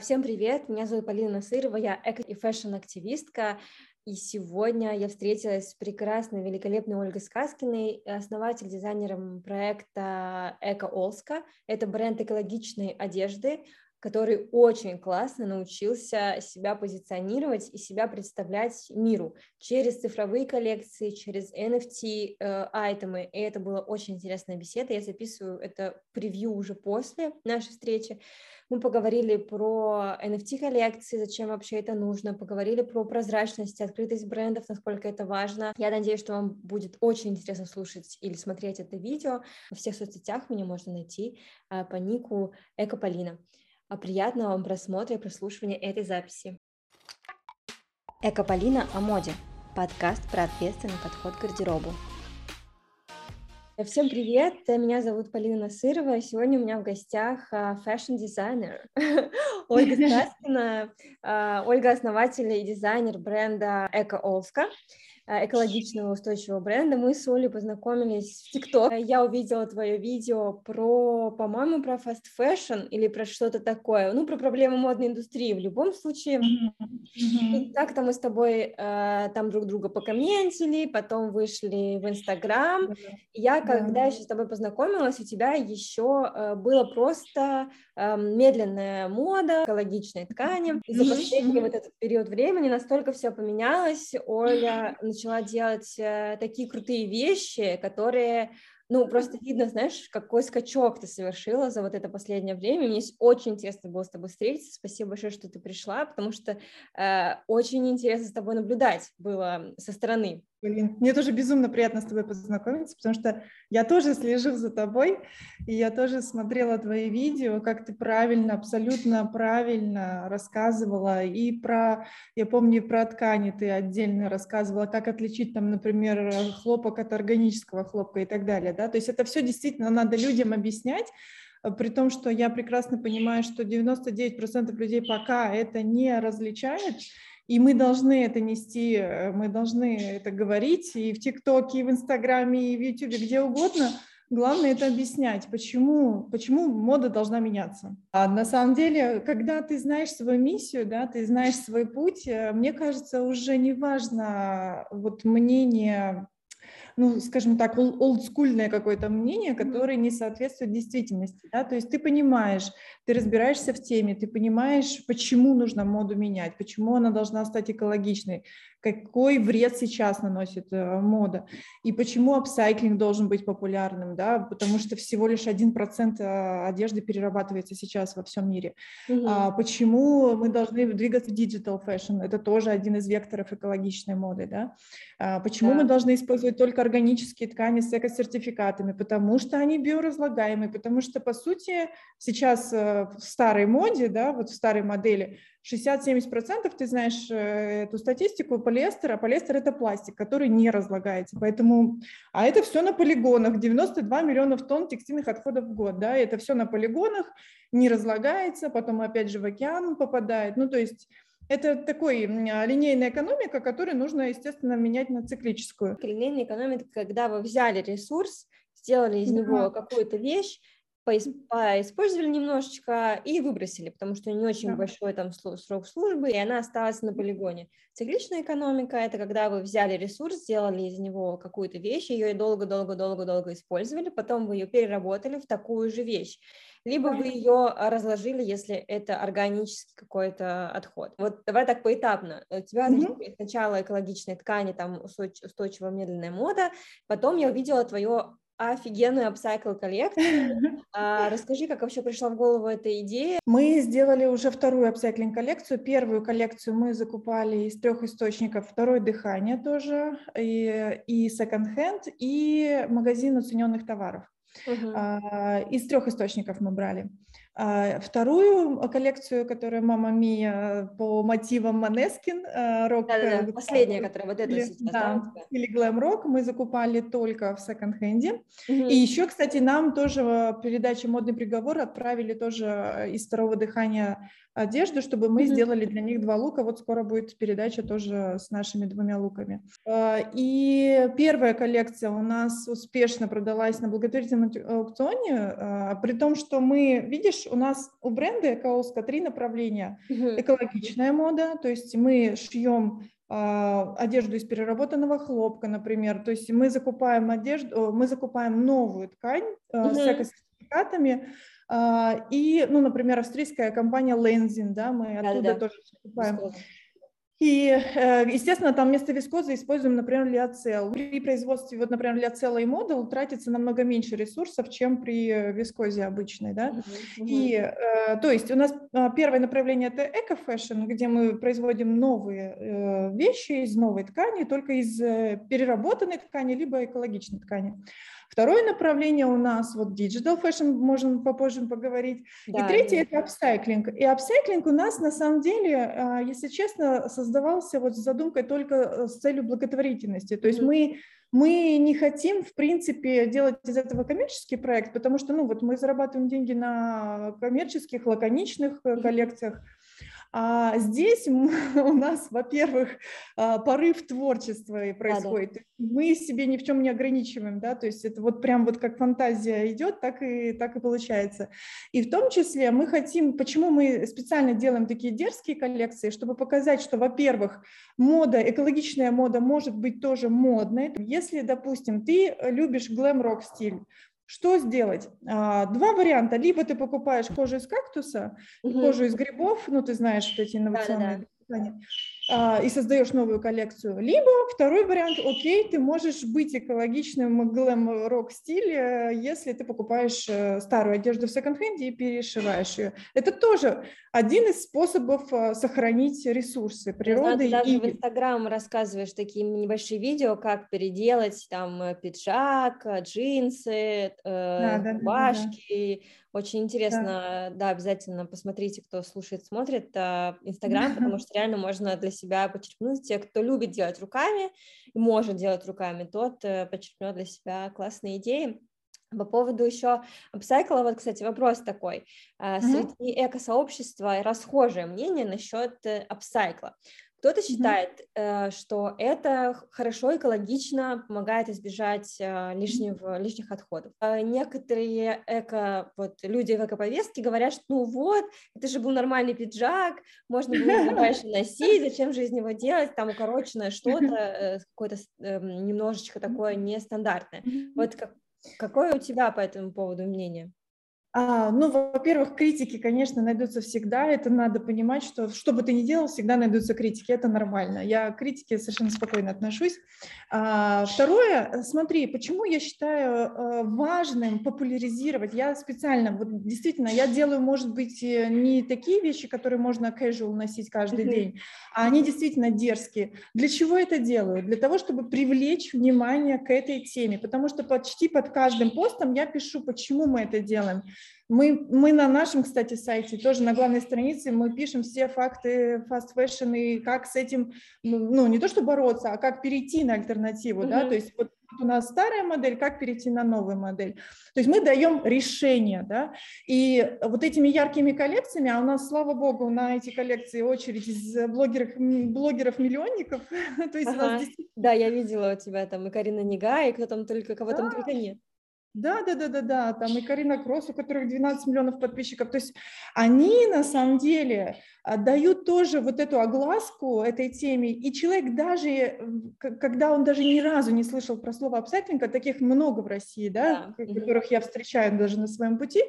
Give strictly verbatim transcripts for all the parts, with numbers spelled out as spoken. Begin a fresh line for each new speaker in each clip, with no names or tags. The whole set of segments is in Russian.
Всем привет, меня зовут Полина Насырова, я эко- и фэшн-активистка, и сегодня я встретилась с прекрасной, великолепной Ольгой Сказкиной, основатель, дизайнером проекта Эко Олска. Это бренд экологичной одежды, который очень классно научился себя позиционировать и себя представлять миру через цифровые коллекции, через эн эф ти-айтемы, и это была очень интересная беседа. Я записываю это превью уже после нашей встречи. Мы поговорили про эн эф ти-коллекции, зачем вообще это нужно, поговорили про прозрачность, открытость брендов, насколько это важно. Я надеюсь, что вам будет очень интересно слушать или смотреть это видео. Во всех соцсетях меня можно найти а, по нику Экополина. А приятного вам просмотра и прослушивания этой записи. Экополина о моде. Подкаст про ответственный подход к гардеробу. Всем привет, меня зовут Полина Насырова, и сегодня у меня в гостях фэшн-дизайнер Ольга Сказкина. Ольга — основатель и дизайнер бренда Эко Олска, экологичного устойчивого бренда. Мы с Олей познакомились в ТикТок. Я увидела твое видео про, по-моему, про fast fashion или про что-то такое, ну, про проблемы модной индустрии. В любом случае, и так-то мы с тобой э, там друг друга покомментили, потом вышли в Инстаграм. Я, когда
Да.
еще с тобой познакомилась, у тебя еще э, было просто э, медленная мода, экологичной ткани. И за последний вот этот период времени настолько все поменялось. Оля начала делать э, такие крутые вещи, которые... Ну, просто видно, знаешь, какой скачок ты совершила за вот это последнее время. Мне очень интересно было с тобой встретиться. Спасибо большое, что ты пришла, потому что э, очень интересно с тобой наблюдать было со стороны.
Блин, мне тоже безумно приятно с тобой познакомиться, потому что я тоже слежу за тобой, и я тоже смотрела твои видео, как ты правильно, абсолютно правильно рассказывала и про, я помню, про ткани ты отдельно рассказывала, как отличить там, например, хлопок от органического хлопка и так далее, да, то есть это все действительно надо людям объяснять, при том, что я прекрасно понимаю, что девяносто девять процентов людей пока это не различает. И мы должны это нести, мы должны это говорить и в ТикТоке, и в Инстаграме, и в Ютубе, где угодно. Главное это объяснять, почему, почему мода должна меняться. А на самом деле, когда ты знаешь свою миссию, да, ты знаешь свой путь, мне кажется, уже не важно вот мнение, ну, скажем так, олдскульное какое-то мнение, которое не соответствует действительности, да, то есть ты понимаешь, ты разбираешься в теме, ты понимаешь, почему нужно моду менять, почему она должна стать экологичной, какой вред сейчас наносит э, мода, и почему апсайклинг должен быть популярным, да, потому что всего лишь один процент одежды перерабатывается сейчас во всем мире.
Mm-hmm.
А, почему мы должны двигаться в digital fashion, это тоже один из векторов экологичной моды, да. А, почему
Да.
мы должны использовать только органические ткани с эко-сертификатами, потому что они биоразлагаемые, потому что, по сути, сейчас э, в старой моде, да, вот в старой модели, шестьдесят-семьдесят процентов, ты знаешь э, эту статистику, полиэстер, а полиэстер – это пластик, который не разлагается, поэтому, а это все на полигонах, девяносто два миллионов тонн текстильных отходов в год, да, это все на полигонах, не разлагается, потом опять же в океан попадает, ну, то есть это такой линейная экономика, которую нужно, естественно, менять на циклическую.
Линейная экономика, когда вы взяли ресурс, сделали из
Да.
него какую-то вещь, поиспользовали немножечко и выбросили, потому что не очень
Да.
большой там срок службы, и она осталась на полигоне. Цикличная экономика – это когда вы взяли ресурс, сделали из него какую-то вещь, ее долго-долго-долго-долго использовали, потом вы ее переработали в такую же вещь. Либо вы ее разложили, если это органический какой-то отход. Вот давай так поэтапно. У тебя mm-hmm. сначала экологичные ткани, там устойчивая медленная мода, потом я увидела твое офигенную апсайкл коллекцию. А, расскажи, как вообще пришла в голову эта идея?
Мы сделали уже вторую апсайклинг коллекцию. Первую коллекцию мы закупали из трех источников. Второе дыхание тоже, и, и секонд-хенд, и магазин уцененных товаров. Uh-huh. А, из трех источников мы брали. А, вторую коллекцию, которая «Мама Мия» по мотивам Måneskin, рок.
Да-да-да, последняя, которая вот эта
или,
сейчас,
да,
да?
или глэм-рок, мы закупали только в секонд-хенде.
Uh-huh.
И еще, кстати, нам тоже передача «Модный приговор» отправили тоже из второго дыхания одежду, чтобы мы uh-huh. сделали для них два лука. Вот скоро будет передача тоже с нашими двумя луками. И первая коллекция у нас успешно продалась на благотворительном аукционе, при том, что мы, видишь, у нас у бренда Экооска три направления.
Мгм.
Экологичная мода, то есть мы шьем а, одежду из переработанного хлопка, например. То есть мы закупаем одежду, мы закупаем новую ткань а, с
Мгм.
экосертификатами. А, и, ну, например, австрийская компания Lenzing, да, мы оттуда
Да-да-да,
тоже закупаем.
вискоза.
И, э, естественно, там вместо вискозы используем, например, лиоцел. При производстве, вот, например, лиоцела и модул тратится намного меньше ресурсов, чем при вискозе обычной, да.
Мгм. Мгм.
И, э, то есть у нас а, первое направление – это эко-фэшн, где мы производим новые э, вещи из новой ткани, только из э, переработанной ткани, либо экологичной ткани. Второе направление у нас вот digital fashion, можем попозже поговорить. И
Да,
третье –
обязательно.
это апсайклинг. И апсайклинг у нас на самом деле, а, если честно, создавался вот с задумкой только с целью благотворительности. То есть
Мгм.
мы, мы не хотим, в принципе, делать из этого коммерческий проект, потому что ну, вот мы зарабатываем деньги на коммерческих, лаконичных э,
Мгм.
коллекциях. А здесь у нас, во-первых, а, порыв творчества и
Да-да.
происходит. Мы себе ни в чем не ограничиваем, да, то есть это вот прям вот как фантазия идет, так и, так и получается. И в том числе мы хотим, почему мы специально делаем такие дерзкие коллекции, чтобы показать, что, во-первых, мода, экологичная мода может быть тоже модной. Если, допустим, ты любишь глэм-рок стиль, что сделать? А, Два варианта. Либо ты покупаешь кожу из кактуса,
Мгм.
кожу из грибов, ну, ты знаешь, вот эти
Да-да-да.
инновационные ткани, а, и создаешь новую коллекцию. Либо второй вариант, окей, ты можешь быть экологичным глэм-рок стиле, если ты покупаешь э, старую одежду в секонд-хенде и перешиваешь ее. Это тоже один из способов э, сохранить ресурсы
Я знаю,
природы.
ты даже в
И
Инстаграм рассказываешь такие небольшие видео, как переделать там э, пиджак, э, джинсы,
да,
э,
да, да, да, да.
рубашки. Очень
Да.
интересно, да, обязательно посмотрите, кто слушает, смотрит э, Инстаграм, потому что реально можно для себя почерпнуть. Те, кто любит делать руками и может делать руками, тот э, почерпнет для себя классные идеи. По поводу еще апсайкла, вот, кстати, вопрос такой. А,
Мгм.
Среди экосообщества расхожее мнение насчет э, апсайкла. Кто-то
Мгм.
считает, э, что это х- хорошо, экологично, помогает избежать э,
Мгм.
лишнего, лишних отходов. А Некоторые эко, вот, люди в экоповестке говорят, что ну вот, это же был нормальный пиджак, можно было его дальше носить, зачем же из него делать там укороченное что-то, э, какое-то с- эм, немножечко такое нестандартное.
Мгм.
Вот как, какое у тебя по этому поводу мнение?
А, ну, во-первых, критики, конечно, найдутся всегда. Это надо понимать, что что бы ты ни делал, всегда найдутся критики. Это нормально. Я к критике совершенно спокойно отношусь. А, второе, смотри, почему я считаю э, важным популяризировать. Я специально, вот действительно, я делаю, может быть, э, не такие вещи, которые можно casual носить каждый
Мгм.
день, а они действительно дерзкие. Для чего это делаю? Для того, чтобы привлечь внимание к этой теме, потому что почти под каждым постом я пишу, почему мы это делаем. Мы, мы на нашем, кстати, сайте, тоже на главной странице, мы пишем все факты fast fashion и как с этим, ну, не то что бороться, а как перейти на альтернативу, да, то
Мгм.
есть вот у нас старая модель, как перейти на новую модель. То есть мы даем решение, да, и вот этими яркими коллекциями, а у нас, слава богу, на эти коллекции очередь из блогеров, блогеров-миллионников, то есть у нас
Ага.
действительно...
Да, я видела у тебя там и Карина Нигай, и кто там только, кого там
Да,
только нет.
да, да, да, да, да, там и Карина Кросс, у которых двенадцать миллионов подписчиков. То есть они на самом деле а, дают тоже вот эту огласку этой теме. И человек даже, м, к- когда он даже ни разу не слышал про слово апсайклинг, а таких много в России, да,
Да.
к-
Мгм.
которых я встречаю даже на своем пути,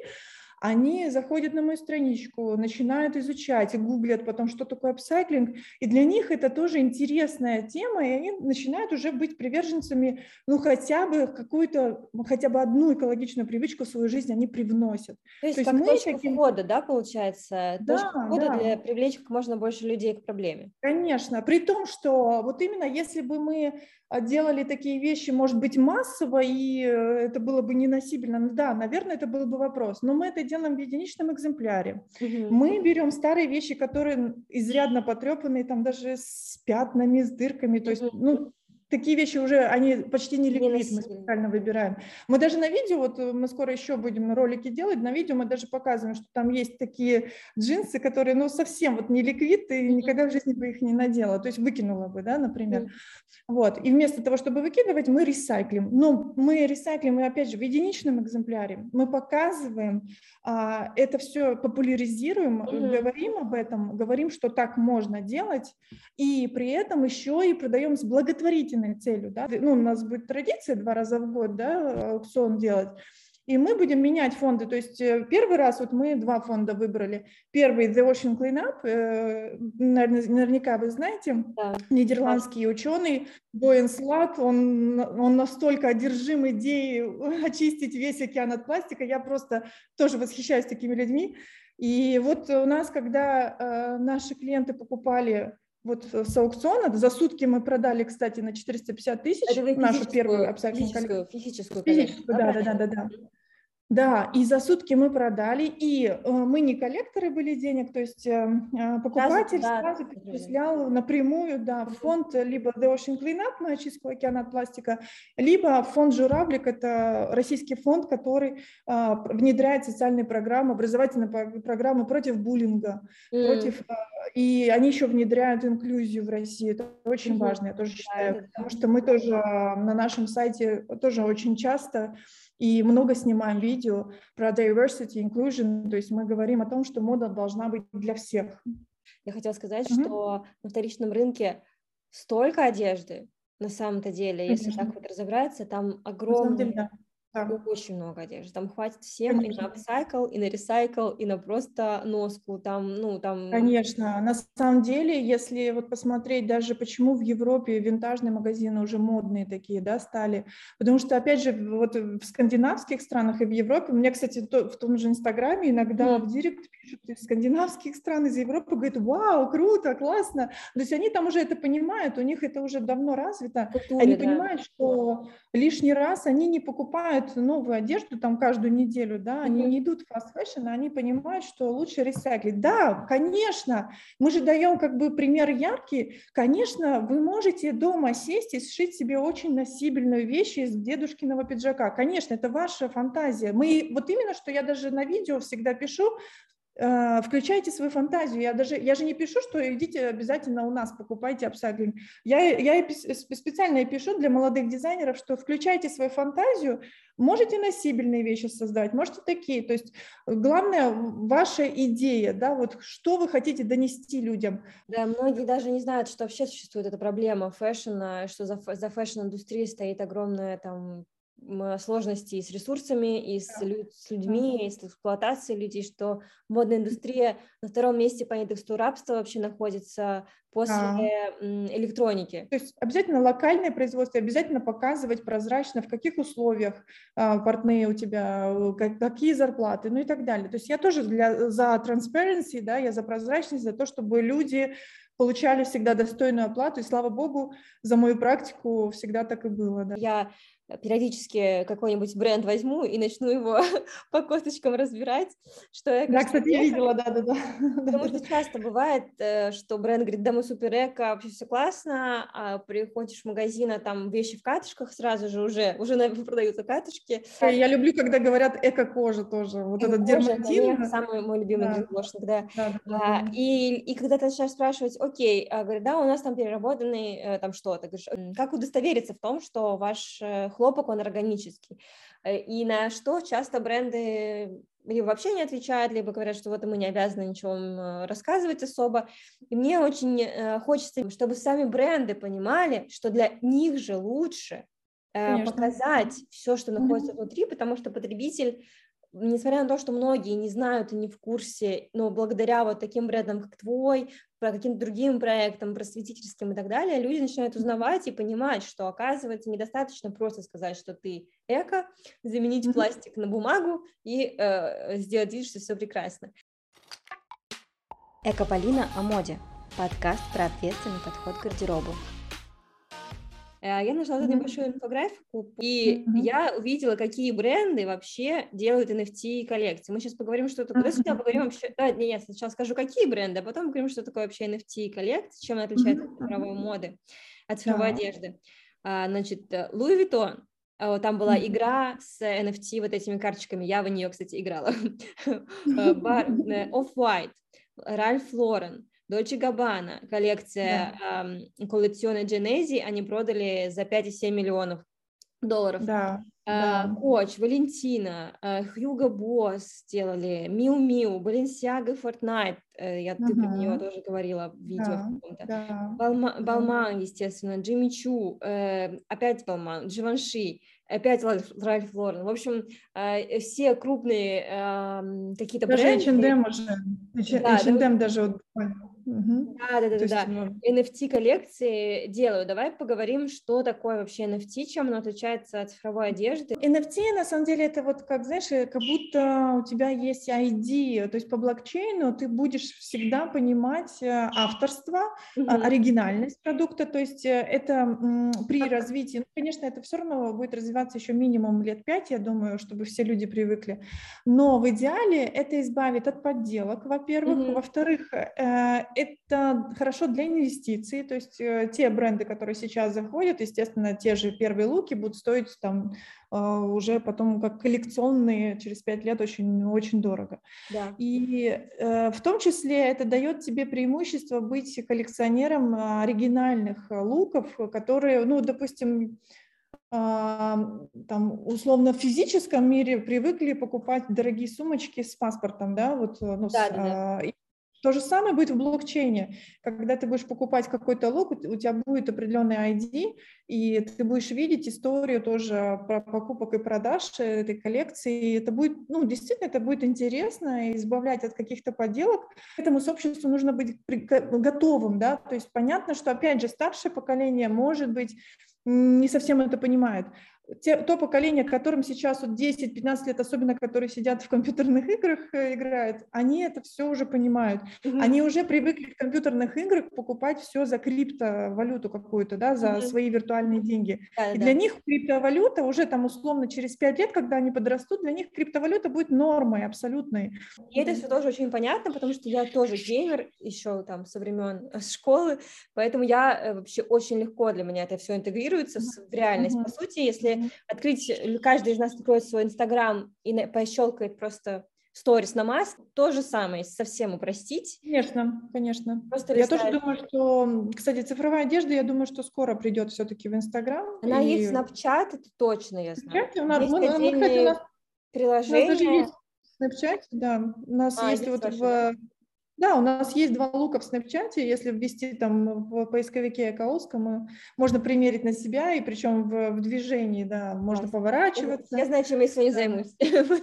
они заходят на мою страничку, начинают изучать и гуглят потом, что такое апсайклинг, и для них это тоже интересная тема, и они начинают уже быть приверженцами, ну, хотя бы какую-то, хотя бы одну экологичную привычку в свою жизнь они привносят.
То
То
есть
есть
как
мы
точка
таким...
входа, да, получается,
Да,
точка входа
да.
для привлечь как можно больше людей к проблеме.
Конечно, при том, что вот именно если бы мы а, делали такие вещи, может быть, массово, и э, это было бы неносибельно, ну да, наверное, это был бы вопрос, но мы это делаем в единичном экземпляре.
Мгм.
Мы берем старые вещи, которые изрядно потрепанные, там даже с пятнами, с дырками, то есть,
Мгм.
ну, такие вещи уже, они почти не ликвид, мы
Неносибельные.
специально выбираем. Мы даже на видео, вот мы скоро еще будем ролики делать, на видео мы даже показываем, что там есть такие джинсы, которые, ну, совсем вот не ликвид, ты
Мгм.
никогда в жизни бы их не надела, то есть выкинула бы, да, например.
Мгм.
Вот. И вместо того, чтобы выкидывать, мы ресайклим. Но мы ресайклим, и опять же, в единичном экземпляре. Мы показываем, а, это все популяризируем,
Мгм.
говорим об этом, говорим, что так можно делать, и при этом еще и продаем с благотворительной целью. Да? Ну, у нас будет традиция два раза в год, да, аукцион делать. И мы будем менять фонды. То есть первый раз вот мы два фонда выбрали. Первый The Ocean Cleanup, э, наверное, наверняка вы знаете,
Да.
нидерландский ученый Боэн Слат, он, он настолько одержим идеей очистить весь океан от пластика. Я просто тоже восхищаюсь такими людьми. И вот у нас, когда э, наши клиенты покупали вот с аукциона, за сутки мы продали, кстати, на четыреста пятьдесят тысяч
Это вы
нашу первую
физическую,
апсайклинг коллекцию.
физическую, физическую коллекцию,
Физическую,
да,
да, да, да,
правильно?
да, да. Да, и за сутки мы продали, и э, мы не коллекторы были денег, то есть э,
Сразу
покупатель
туда
сразу
отправляли.
перечислял напрямую, да, в фонд либо The Ocean Cleanup на очистку океана от пластика, либо фонд «Журавлик», это российский фонд, который э, внедряет социальные программы, образовательные программы против буллинга,
Mm.
против, э, и они еще внедряют инклюзию в России, это очень
Mm-hmm.
важно, я тоже
Да,
считаю,
это
потому
да.
что мы тоже на нашем сайте тоже очень часто и много снимаем видео про diversity, inclusion, то есть мы говорим о том, что мода должна быть для всех.
Я хотела сказать,
Мгм.
что на вторичном рынке столько одежды, на самом-то деле, если
Конечно.
так вот разобраться, там
На самом
огромное,
деле, да. Да,
очень много одежды. Там хватит всем и на
конечно.
апсайкл, и на ресайкл, и на просто носку. Там, ну, там...
Конечно, на самом деле, если вот посмотреть даже, почему в Европе винтажные магазины уже модные такие, да, стали, потому что, опять же, вот в скандинавских странах и в Европе, у меня, кстати, то, в том же Инстаграме иногда
Мгм.
в директ пишут из скандинавских стран, из Европы, говорят, вау, круто, классно, то есть они там уже это понимают, у них это уже давно развито,
В культуре,
они
да.
понимают, что лишний раз они не покупают новую одежду там каждую неделю, да, они
Мгм.
не идут в fast fashion, они понимают, что лучше ресайклить. Да, конечно, мы же даем как бы пример яркий. Конечно, вы можете дома сесть и сшить себе очень носибельную вещь из дедушкиного пиджака. Конечно, это ваша фантазия. Мы вот именно, что я даже на видео всегда пишу, э, включайте свою фантазию. Я даже, я же не пишу, что идите обязательно у нас, покупайте апсайклинг. Я, я и пис- специально и пишу для молодых дизайнеров, что включайте свою фантазию, можете носибельные вещи создать, можете такие. То есть главное ваша идея, да, вот что вы хотите донести людям.
Да, многие даже не знают, что вообще существует эта проблема фэшна, что за, фэ- за фэшн-индустрией стоит огромная там м, сложности и с ресурсами, и с, лю- с людьми, и с эксплуатацией людей, что модная индустрия на втором месте по индексу рабства вообще находится после
Да.
м, электроники.
То есть обязательно локальное производство, обязательно показывать прозрачно, в каких условиях а, портные у тебя, как, какие зарплаты, ну и так далее. То есть я тоже для, за transparency, да, я за прозрачность, за то, чтобы люди получали всегда достойную оплату, и слава богу, за мою практику всегда так и было. Да.
Я периодически какой-нибудь бренд возьму и начну его по косточкам разбирать, что эко,
Да,
что
кстати, я
эко.
видела, да-да-да.
Потому что часто бывает, э, что бренд говорит, да, мы супер эко, вообще все классно, а приходишь в магазин, а там вещи в катышках сразу же уже, уже на- продаются катышки.
Я люблю, когда говорят эко-кожа тоже, вот этот
Эко-кожа, это мех,
дерматин.
самый мой любимый
Да,
гринвошинг, да.
да, да, да,
А,
да.
и, и когда ты начинаешь спрашивать, окей, а, говорят, да, у нас там переработанный э, там что-то, говоришь, «М, как удостовериться в том, что ваш э, хлопок, он органический? Э, И на что часто бренды либо вообще не отвечают, либо говорят, что вот мы не обязаны ничего вам, э, рассказывать особо. И мне очень э, хочется, чтобы сами бренды понимали, что для них же лучше э,
Конечно.
показать все, что находится
Мгм.
внутри, потому что потребитель, несмотря на то, что многие не знают и не в курсе, но благодаря вот таким брендам, как твой, про каким-то другим проектам, просветительским и так далее, люди начинают узнавать и понимать, что, оказывается, недостаточно просто сказать, что ты эко, заменить
Мгм.
пластик на бумагу и э, сделать вид, что все прекрасно. Эко-Полина о моде. Подкаст про ответственный подход к гардеробу. Я нашла тут
Мгм.
небольшую инфографику, и
Мгм.
я увидела, какие бренды вообще делают эн эф ти-коллекции. Мы сейчас поговорим, что такое... Давай сначала поговорим вообще... Да, нет, нет, сначала скажу, какие бренды, а потом поговорим, что такое вообще эн эф ти-коллекция, чем она отличается от
Мгм.
цифровой моды, от цифровой
Да.
одежды. Значит, Louis Vuitton, там была игра с эн эф ти, вот этими карточками, я в нее, кстати, играла. Off-White, Ralph Lauren, Dolce Gabbana, коллекция коллекционной Genesi, они продали за пять и семь миллионов долларов.
Да. Да.
Коч, Валентина, Hugo Boss сделали, Miu Miu, Balenciaga, Fortnite, я, ты про нее тоже говорила в видео
Да,
каком-то.
да,
Балман, естественно, Джимми Чу, опять Балман, Givenchy, опять Ральф Лорен. В общем, все крупные какие-то
даже
бренды.
эйч энд эм уже, эйч энд эм даже вот буквально. Угу.
Да, да, да, да.
Ну...
эн эф ти-коллекции делаю. Давай поговорим, что такое вообще эн эф ти, чем оно отличается от цифровой одежды.
эн эф ти, на самом деле, это вот, как, знаешь, как будто у тебя есть ай ди, то есть по блокчейну ты будешь всегда понимать авторство, угу. оригинальность продукта, то есть это м, при развитии, ну, конечно, это все равно будет развиваться еще минимум лет пять, я думаю, чтобы все люди привыкли, но в идеале это избавит от подделок, во-первых, угу. во-вторых, э, это хорошо для инвестиций, то есть э, те бренды, которые сейчас заходят, естественно, те же первые луки будут стоить там э, уже потом как коллекционные через пять лет очень, очень дорого.
Да.
И э, в том числе это дает тебе преимущество быть коллекционером оригинальных луков, которые, ну, допустим, там, условно, в физическом мире привыкли покупать дорогие сумочки с паспортом, да, вот, ну,
да,
с,
да, да.
То же самое будет в блокчейне. Когда ты будешь покупать какой-то лук, у тебя будет определенный ай ди, и ты будешь видеть историю тоже про покупок и продаж этой коллекции. И это будет, ну, действительно, это будет интересно, избавлять от каких-то подделок. К этому сообществу нужно быть готовым, да, то есть понятно, что, опять же, старшее поколение, может быть, не совсем это понимает. Те, то поколение, которым сейчас вот десять-пятнадцать лет, особенно которые сидят в компьютерных играх, играют, они это все уже понимают. Mm-hmm. Они уже привыкли в компьютерных играх покупать все за криптовалюту какую-то, да, за mm-hmm. свои виртуальные деньги. Yeah, и для yeah. них криптовалюта уже там условно через пять лет, когда они подрастут, для них криптовалюта будет нормой абсолютной.
И это все тоже очень понятно, потому что я тоже геймер еще там со времен школы, поэтому я вообще очень легко для меня это все интегрируется mm-hmm. в реальность. Mm-hmm. По сути, если открыть, каждый из нас откроет свой Инстаграм и пощелкает просто сторис на маск, то же самое, совсем упростить.
Конечно, конечно.
Просто
я
листать.
тоже думаю, что, кстати, цифровая одежда, я думаю, что скоро придет все-таки в Инстаграм.
Она
и...
есть в Snapchat, это точно я знаю.
У нас,
есть
мы,
отдельные
мы, кстати, у нас,
приложения.
У нас даже есть в Snapchat, да. У нас
а,
если вот
ваши,
в...
да?
Да, у нас есть два лука в Снэпчате, если ввести там в поисковике Экооска, мы, можно примерить на себя, и причем в, в движении, да, можно поворачиваться.
Я, я знаю, чем я сегодня займусь.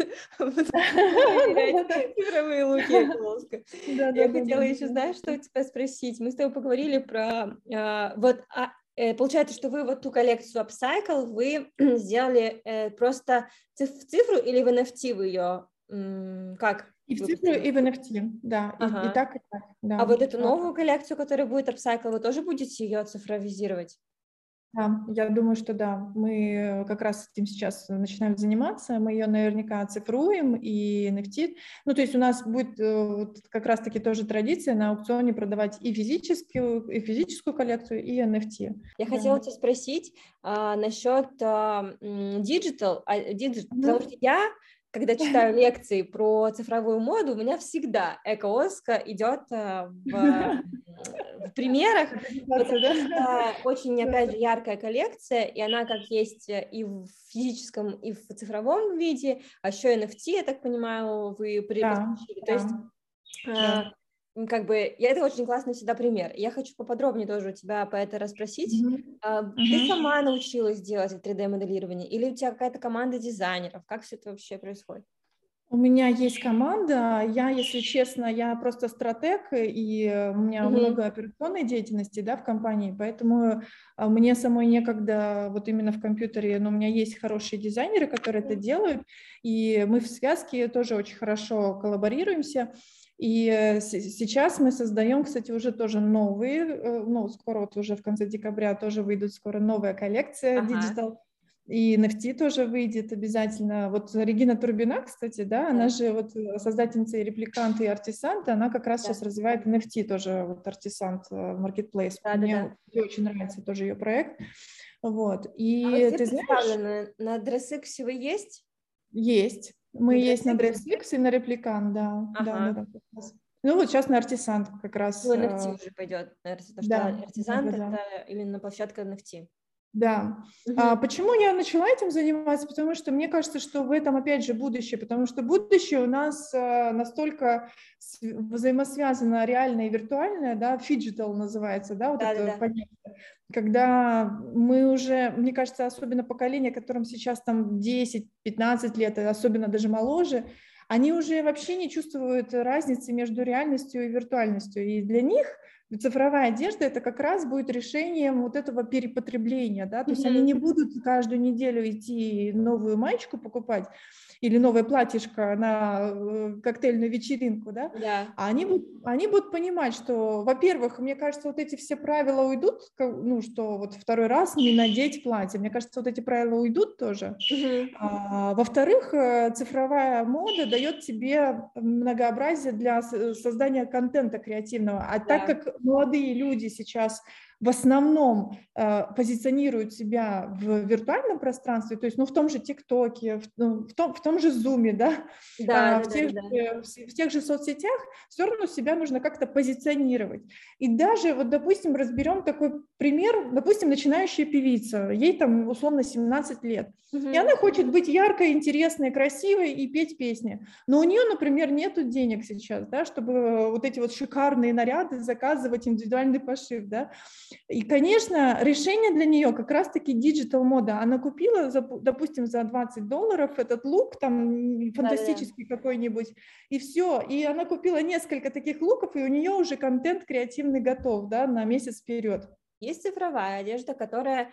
Цифровые луки Экооска. Я хотела еще, знаешь, что тебя спросить? Мы с тобой поговорили про... Вот получается, что вы вот ту коллекцию Upcycle вы сделали просто в цифру или в эн эф ти вы ее... Как?
И в цифру, и в эн эф ти, да, ага. и, и так, и так. Да.
А вот эту новую коллекцию, которая будет Upcycle, вы тоже будете ее цифровизировать?
Да, я думаю, что да. Мы как раз этим сейчас начинаем заниматься, мы ее наверняка оцифруем, и эн эф ти. Ну, то есть у нас будет вот, как раз-таки тоже традиция на аукционе продавать и физическую, и физическую коллекцию, и эн эф ти.
Я да. хотела тебя спросить а, насчет а, digital, а, digital mm-hmm. потому что я... Когда читаю лекции про цифровую моду, у меня всегда Экооска идет в, в примерах, потому что очень, опять же, яркая коллекция, и она как есть и в физическом, и в цифровом виде, а еще эн эф ти, я так понимаю, вы подключили. То есть,
да.
как бы, это очень классный всегда пример. Я хочу поподробнее тоже у тебя по это расспросить. Mm-hmm. Ты mm-hmm. сама научилась делать три дэ-моделирование, или у тебя какая-то команда дизайнеров? Как все это вообще происходит?
У меня есть команда, я, если честно, я просто стратег, и у меня mm-hmm. много операционной деятельности, да, в компании, поэтому мне самой некогда вот именно в компьютере, но у меня есть хорошие дизайнеры, которые mm-hmm. это делают, и мы в связке тоже очень хорошо коллаборируемся. И сейчас мы создаем, кстати, уже тоже новые, ну, скоро вот уже в конце декабря тоже выйдут скоро новая коллекция ага. Digital, и эн эф ти тоже выйдет обязательно. Вот Регина Турбина, кстати, да, да. она же вот создательница и репликант, и артисант, она как раз да. сейчас развивает эн эф ти тоже, вот артисант, маркетплейс.
Да,
Мне
да, да.
очень нравится тоже ее проект. Вот.
А вы
И
где
ты знаешь,
представлены? На DressX вы есть?
есть. Мы
На
есть на
DressX?
DressX и на Репликан, да, да, да,
Ага.
да. как раз. Ну вот сейчас на Артисант как раз.
Ну, эн эф ти
э,
уже пойдет, наверное, потому что
Да, да,
артизант —
да, да.
это именно площадка эн эф ти.
Да. А
Мгм.
почему я начала этим заниматься? Потому что мне кажется, что в этом опять же будущее, потому что будущее у нас э, настолько с- взаимосвязано реальное и виртуальное, да, фиджитал называется, да, вот это
Да-да-да.
понятие, когда мы уже, мне кажется, особенно поколение, которым сейчас там десять-пятнадцать лет, и особенно даже моложе, они уже вообще не чувствуют разницы между реальностью и виртуальностью, и для них цифровая одежда это как раз будет решением вот этого перепотребления, да, то есть они
Мгм.
не будут каждую неделю идти новую маечку покупать или новое платьишко на э, коктейльную вечеринку, да,
Да.
а они будут, они будут понимать, что, во-первых, мне кажется, вот эти все правила уйдут, как- ну, что вот второй раз не надеть платье, мне кажется, вот эти правила уйдут тоже.
Мгм.
А, во-вторых, э, цифровая мода дает тебе многообразие для с- создания контента креативного. А так
Да.
как молодые люди сейчас в основном э, позиционируют себя в виртуальном пространстве, то есть ну, в том же ТикТоке, в, ну, в, том, в том же Зуме, да,
Да,
а,
да,
в,
да, да,
тех,
да.
же- в тех же соцсетях, все равно себя нужно как-то позиционировать. И даже, вот, допустим, разберем такой пример, допустим, начинающая певица, ей там условно семнадцать лет, и
Мгм.
она хочет быть яркой, интересной, красивой и петь песни. Но у нее, например, нет денег сейчас, да, чтобы вот эти вот шикарные наряды заказывать, индивидуальный пошив, да. И, конечно, решение для нее как раз-таки диджитал мода. Она купила, допустим, за двадцать долларов этот лук, там,
Да-да-да.
фантастический какой-нибудь, и все. И она купила несколько таких луков, и у нее уже контент креативный готов, да, на месяц вперед.
Есть цифровая одежда, которая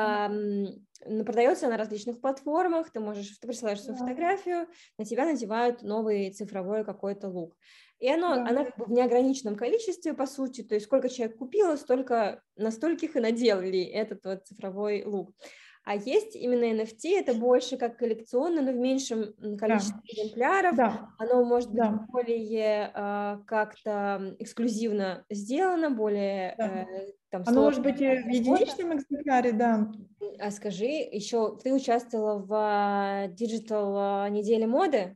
ам, м, продается на различных платформах. Ты можешь, ты присылаешь свою
Да,
фотографию, на тебя надевают новый цифровой какой-то лук. И оно,
да,
она как бы в неограниченном количестве, по сути, то есть сколько человек купило, столько, на стольких и наделали этот вот цифровой лук. А есть именно эн эф ти, это больше как коллекционно, но в меньшем м, количестве
да,
экземпляров.
да,
Оно может быть
да,
более а, как-то эксклюзивно сделано, более
да.
э, там
Оно может
сложная
быть и в
работа.
единичном экземпляре, да.
А скажи, еще ты участвовала в диджитал неделе моды?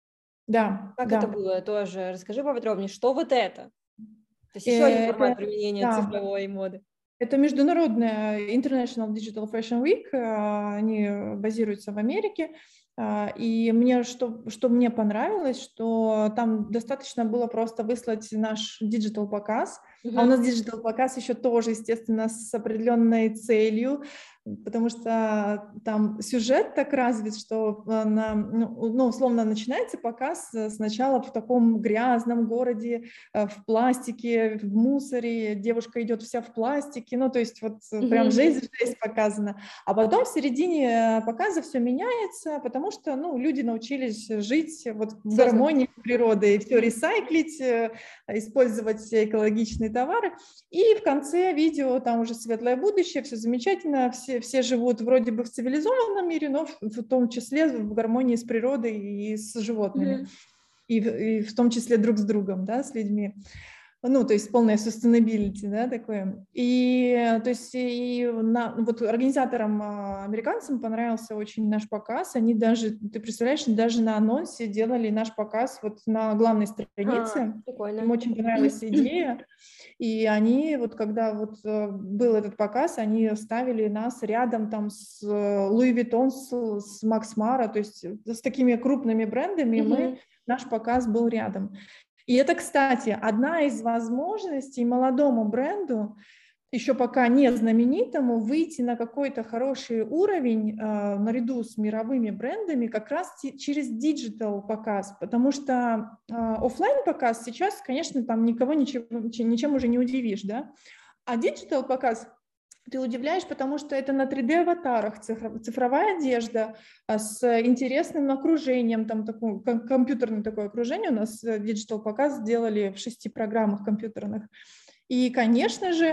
Да,
Как это
да.
было тоже? Расскажи поподробнее, что вот это? То есть
Э,
еще один
Это,
формат применения
да,
цифровой моды.
это международная International Digital Fashion Week, э, они базируются в Америке, а, и мне что, что мне понравилось, что там достаточно было просто выслать наш диджитал показ, а у
Мгм.
нас диджитал показ еще тоже, естественно, с определенной целью, потому что там сюжет так развит, что на, ну, ну, условно начинается показ сначала в таком грязном городе, в пластике, в мусоре, девушка идет вся в пластике, ну, то есть вот прям
Мгм.
жесть-жесть показана. А потом в середине показа все меняется, потому что, ну, люди научились жить вот в
Осознанно.
гармонии с природой, все ресайклить, использовать экологичные товары. И в конце видео там уже светлое будущее, все замечательно, все, все живут вроде бы в цивилизованном мире, но в, в том числе в гармонии с природой и с животными,
Мгм.
и, в- и в том числе друг с другом, да, с людьми. Ну, то есть полное sustainability, да, такое. И, то есть, и на, вот организаторам, а, американцам понравился очень наш показ. Они даже, ты представляешь, даже на анонсе делали наш показ вот на главной
А,
странице. Им
прикольно.
очень понравилась идея. И они, вот когда вот э, был этот показ, они ставили нас рядом там с Louis Vuitton, с, с Max Mara, то есть с такими крупными брендами мы,
Мгм.
наш показ был рядом. И это, кстати, одна из возможностей молодому бренду, еще пока не знаменитому, выйти на какой-то хороший уровень э, наряду с мировыми брендами как раз через диджитал показ, потому что э, офлайн показ сейчас, конечно, там никого ничем, ничем уже не удивишь, да, а диджитал показ ты удивляешь, потому что это на три дэ-аватарах, цифровая одежда с интересным окружением, там такое, компьютерное такое окружение у нас диджитал показ сделали в шести программах компьютерных. И, конечно же,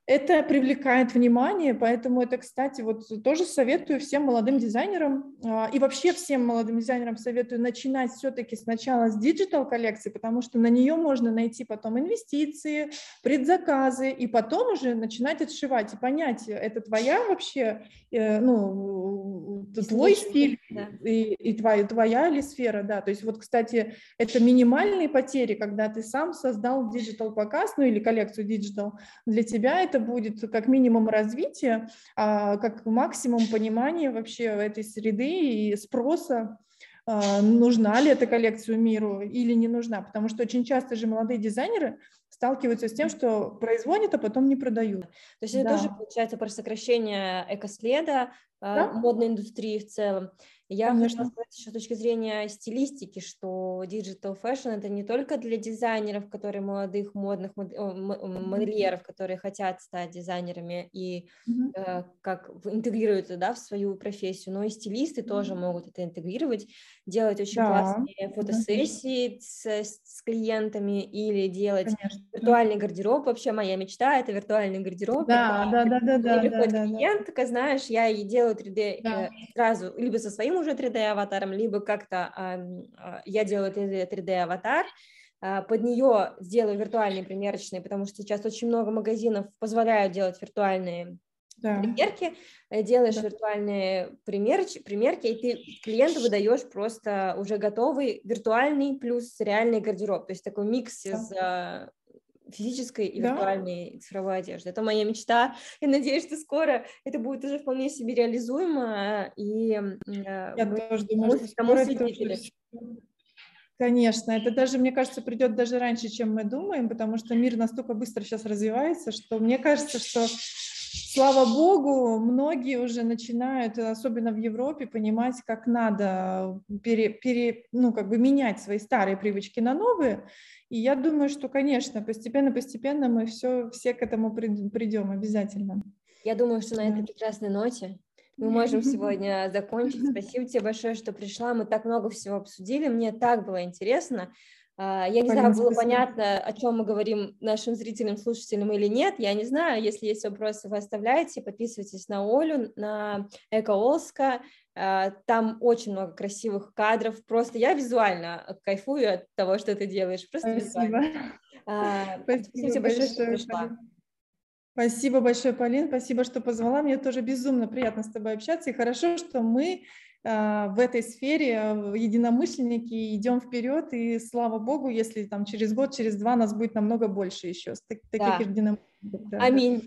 Это привлекает внимание, поэтому это, кстати, вот тоже советую всем молодым дизайнерам и вообще всем молодым дизайнерам советую начинать все-таки сначала с диджитал коллекции, потому что на нее можно найти потом инвестиции, предзаказы, и потом уже начинать отшивать и понять, это твоя вообще, ну, твой стиль да. и, и твоя, твоя ли сфера, да. То есть вот, кстати, это минимальные потери, когда ты сам создал диджитал показ, ну или коллекцию диджитал, для тебя это будет как минимум развитие, а как максимум понимание вообще этой среды и спроса, нужна ли эта коллекция миру или не нужна, потому что очень часто же молодые дизайнеры сталкиваются с тем, что производят, а потом не продают.
То есть это да. тоже получается про сокращение экоследа, да? Модной индустрии в целом. Я хотела сказать еще с точки зрения стилистики, что digital fashion это не только для дизайнеров, которые молодых, модных модельеров, которые хотят стать дизайнерами и mm-hmm. э, как интегрируют да, в свою профессию, но и стилисты mm-hmm. тоже могут это интегрировать, делать очень да. классные фотосессии с, с клиентами или делать Конечно. Виртуальный гардероб. Вообще моя мечта это виртуальный гардероб.
Да, да, да, да, да.
Приходит
да,
клиент, да. знаешь, я ей делаю три дэ да. сразу либо со своим уже три дэ-аватаром, либо как-то э, я делаю три дэ-аватар, э, под нее сделаю виртуальные примерочные, потому что сейчас очень много магазинов позволяют делать виртуальные да. примерки, делаешь да. виртуальные примерч, примерки, и ты клиенту выдаешь просто уже готовый виртуальный плюс реальный гардероб, то есть такой микс да. из... Э, физической и да. виртуальной цифровой одежды. Это моя мечта, и надеюсь, что скоро это будет уже вполне себе реализуемо, и
я мы тоже думаю, что скоро это уже... Конечно, это даже, мне кажется, придет даже раньше, чем мы думаем, потому что мир настолько быстро сейчас развивается, что мне кажется, что, слава богу, многие уже начинают, особенно в Европе, понимать, как надо пере, пере, ну, как бы менять свои старые привычки на новые. И я думаю, что, конечно, постепенно-постепенно мы все, все к этому придем обязательно.
Я думаю, что на этой прекрасной ноте мы можем сегодня закончить. Спасибо тебе большое, что пришла. Мы так много всего обсудили. Мне так было интересно. Я не Полин, знаю, было спасибо. Понятно, о чем мы говорим нашим зрителям, слушателям или нет. Я не знаю. Если есть вопросы, вы оставляйте. Подписывайтесь на Олю, на Эко Олска. Там очень много красивых кадров. Просто я визуально кайфую от того, что ты делаешь. Просто
спасибо.
визуально.
Спасибо, спасибо тебе большое, что пришла. Спасибо большое, Полин. Спасибо, что позвала. Мне тоже безумно приятно с тобой общаться. И хорошо, что мы в этой сфере единомышленники идем вперед. И слава богу, если там через год, через два нас будет намного больше еще таких да. единомышленников.
Аминь.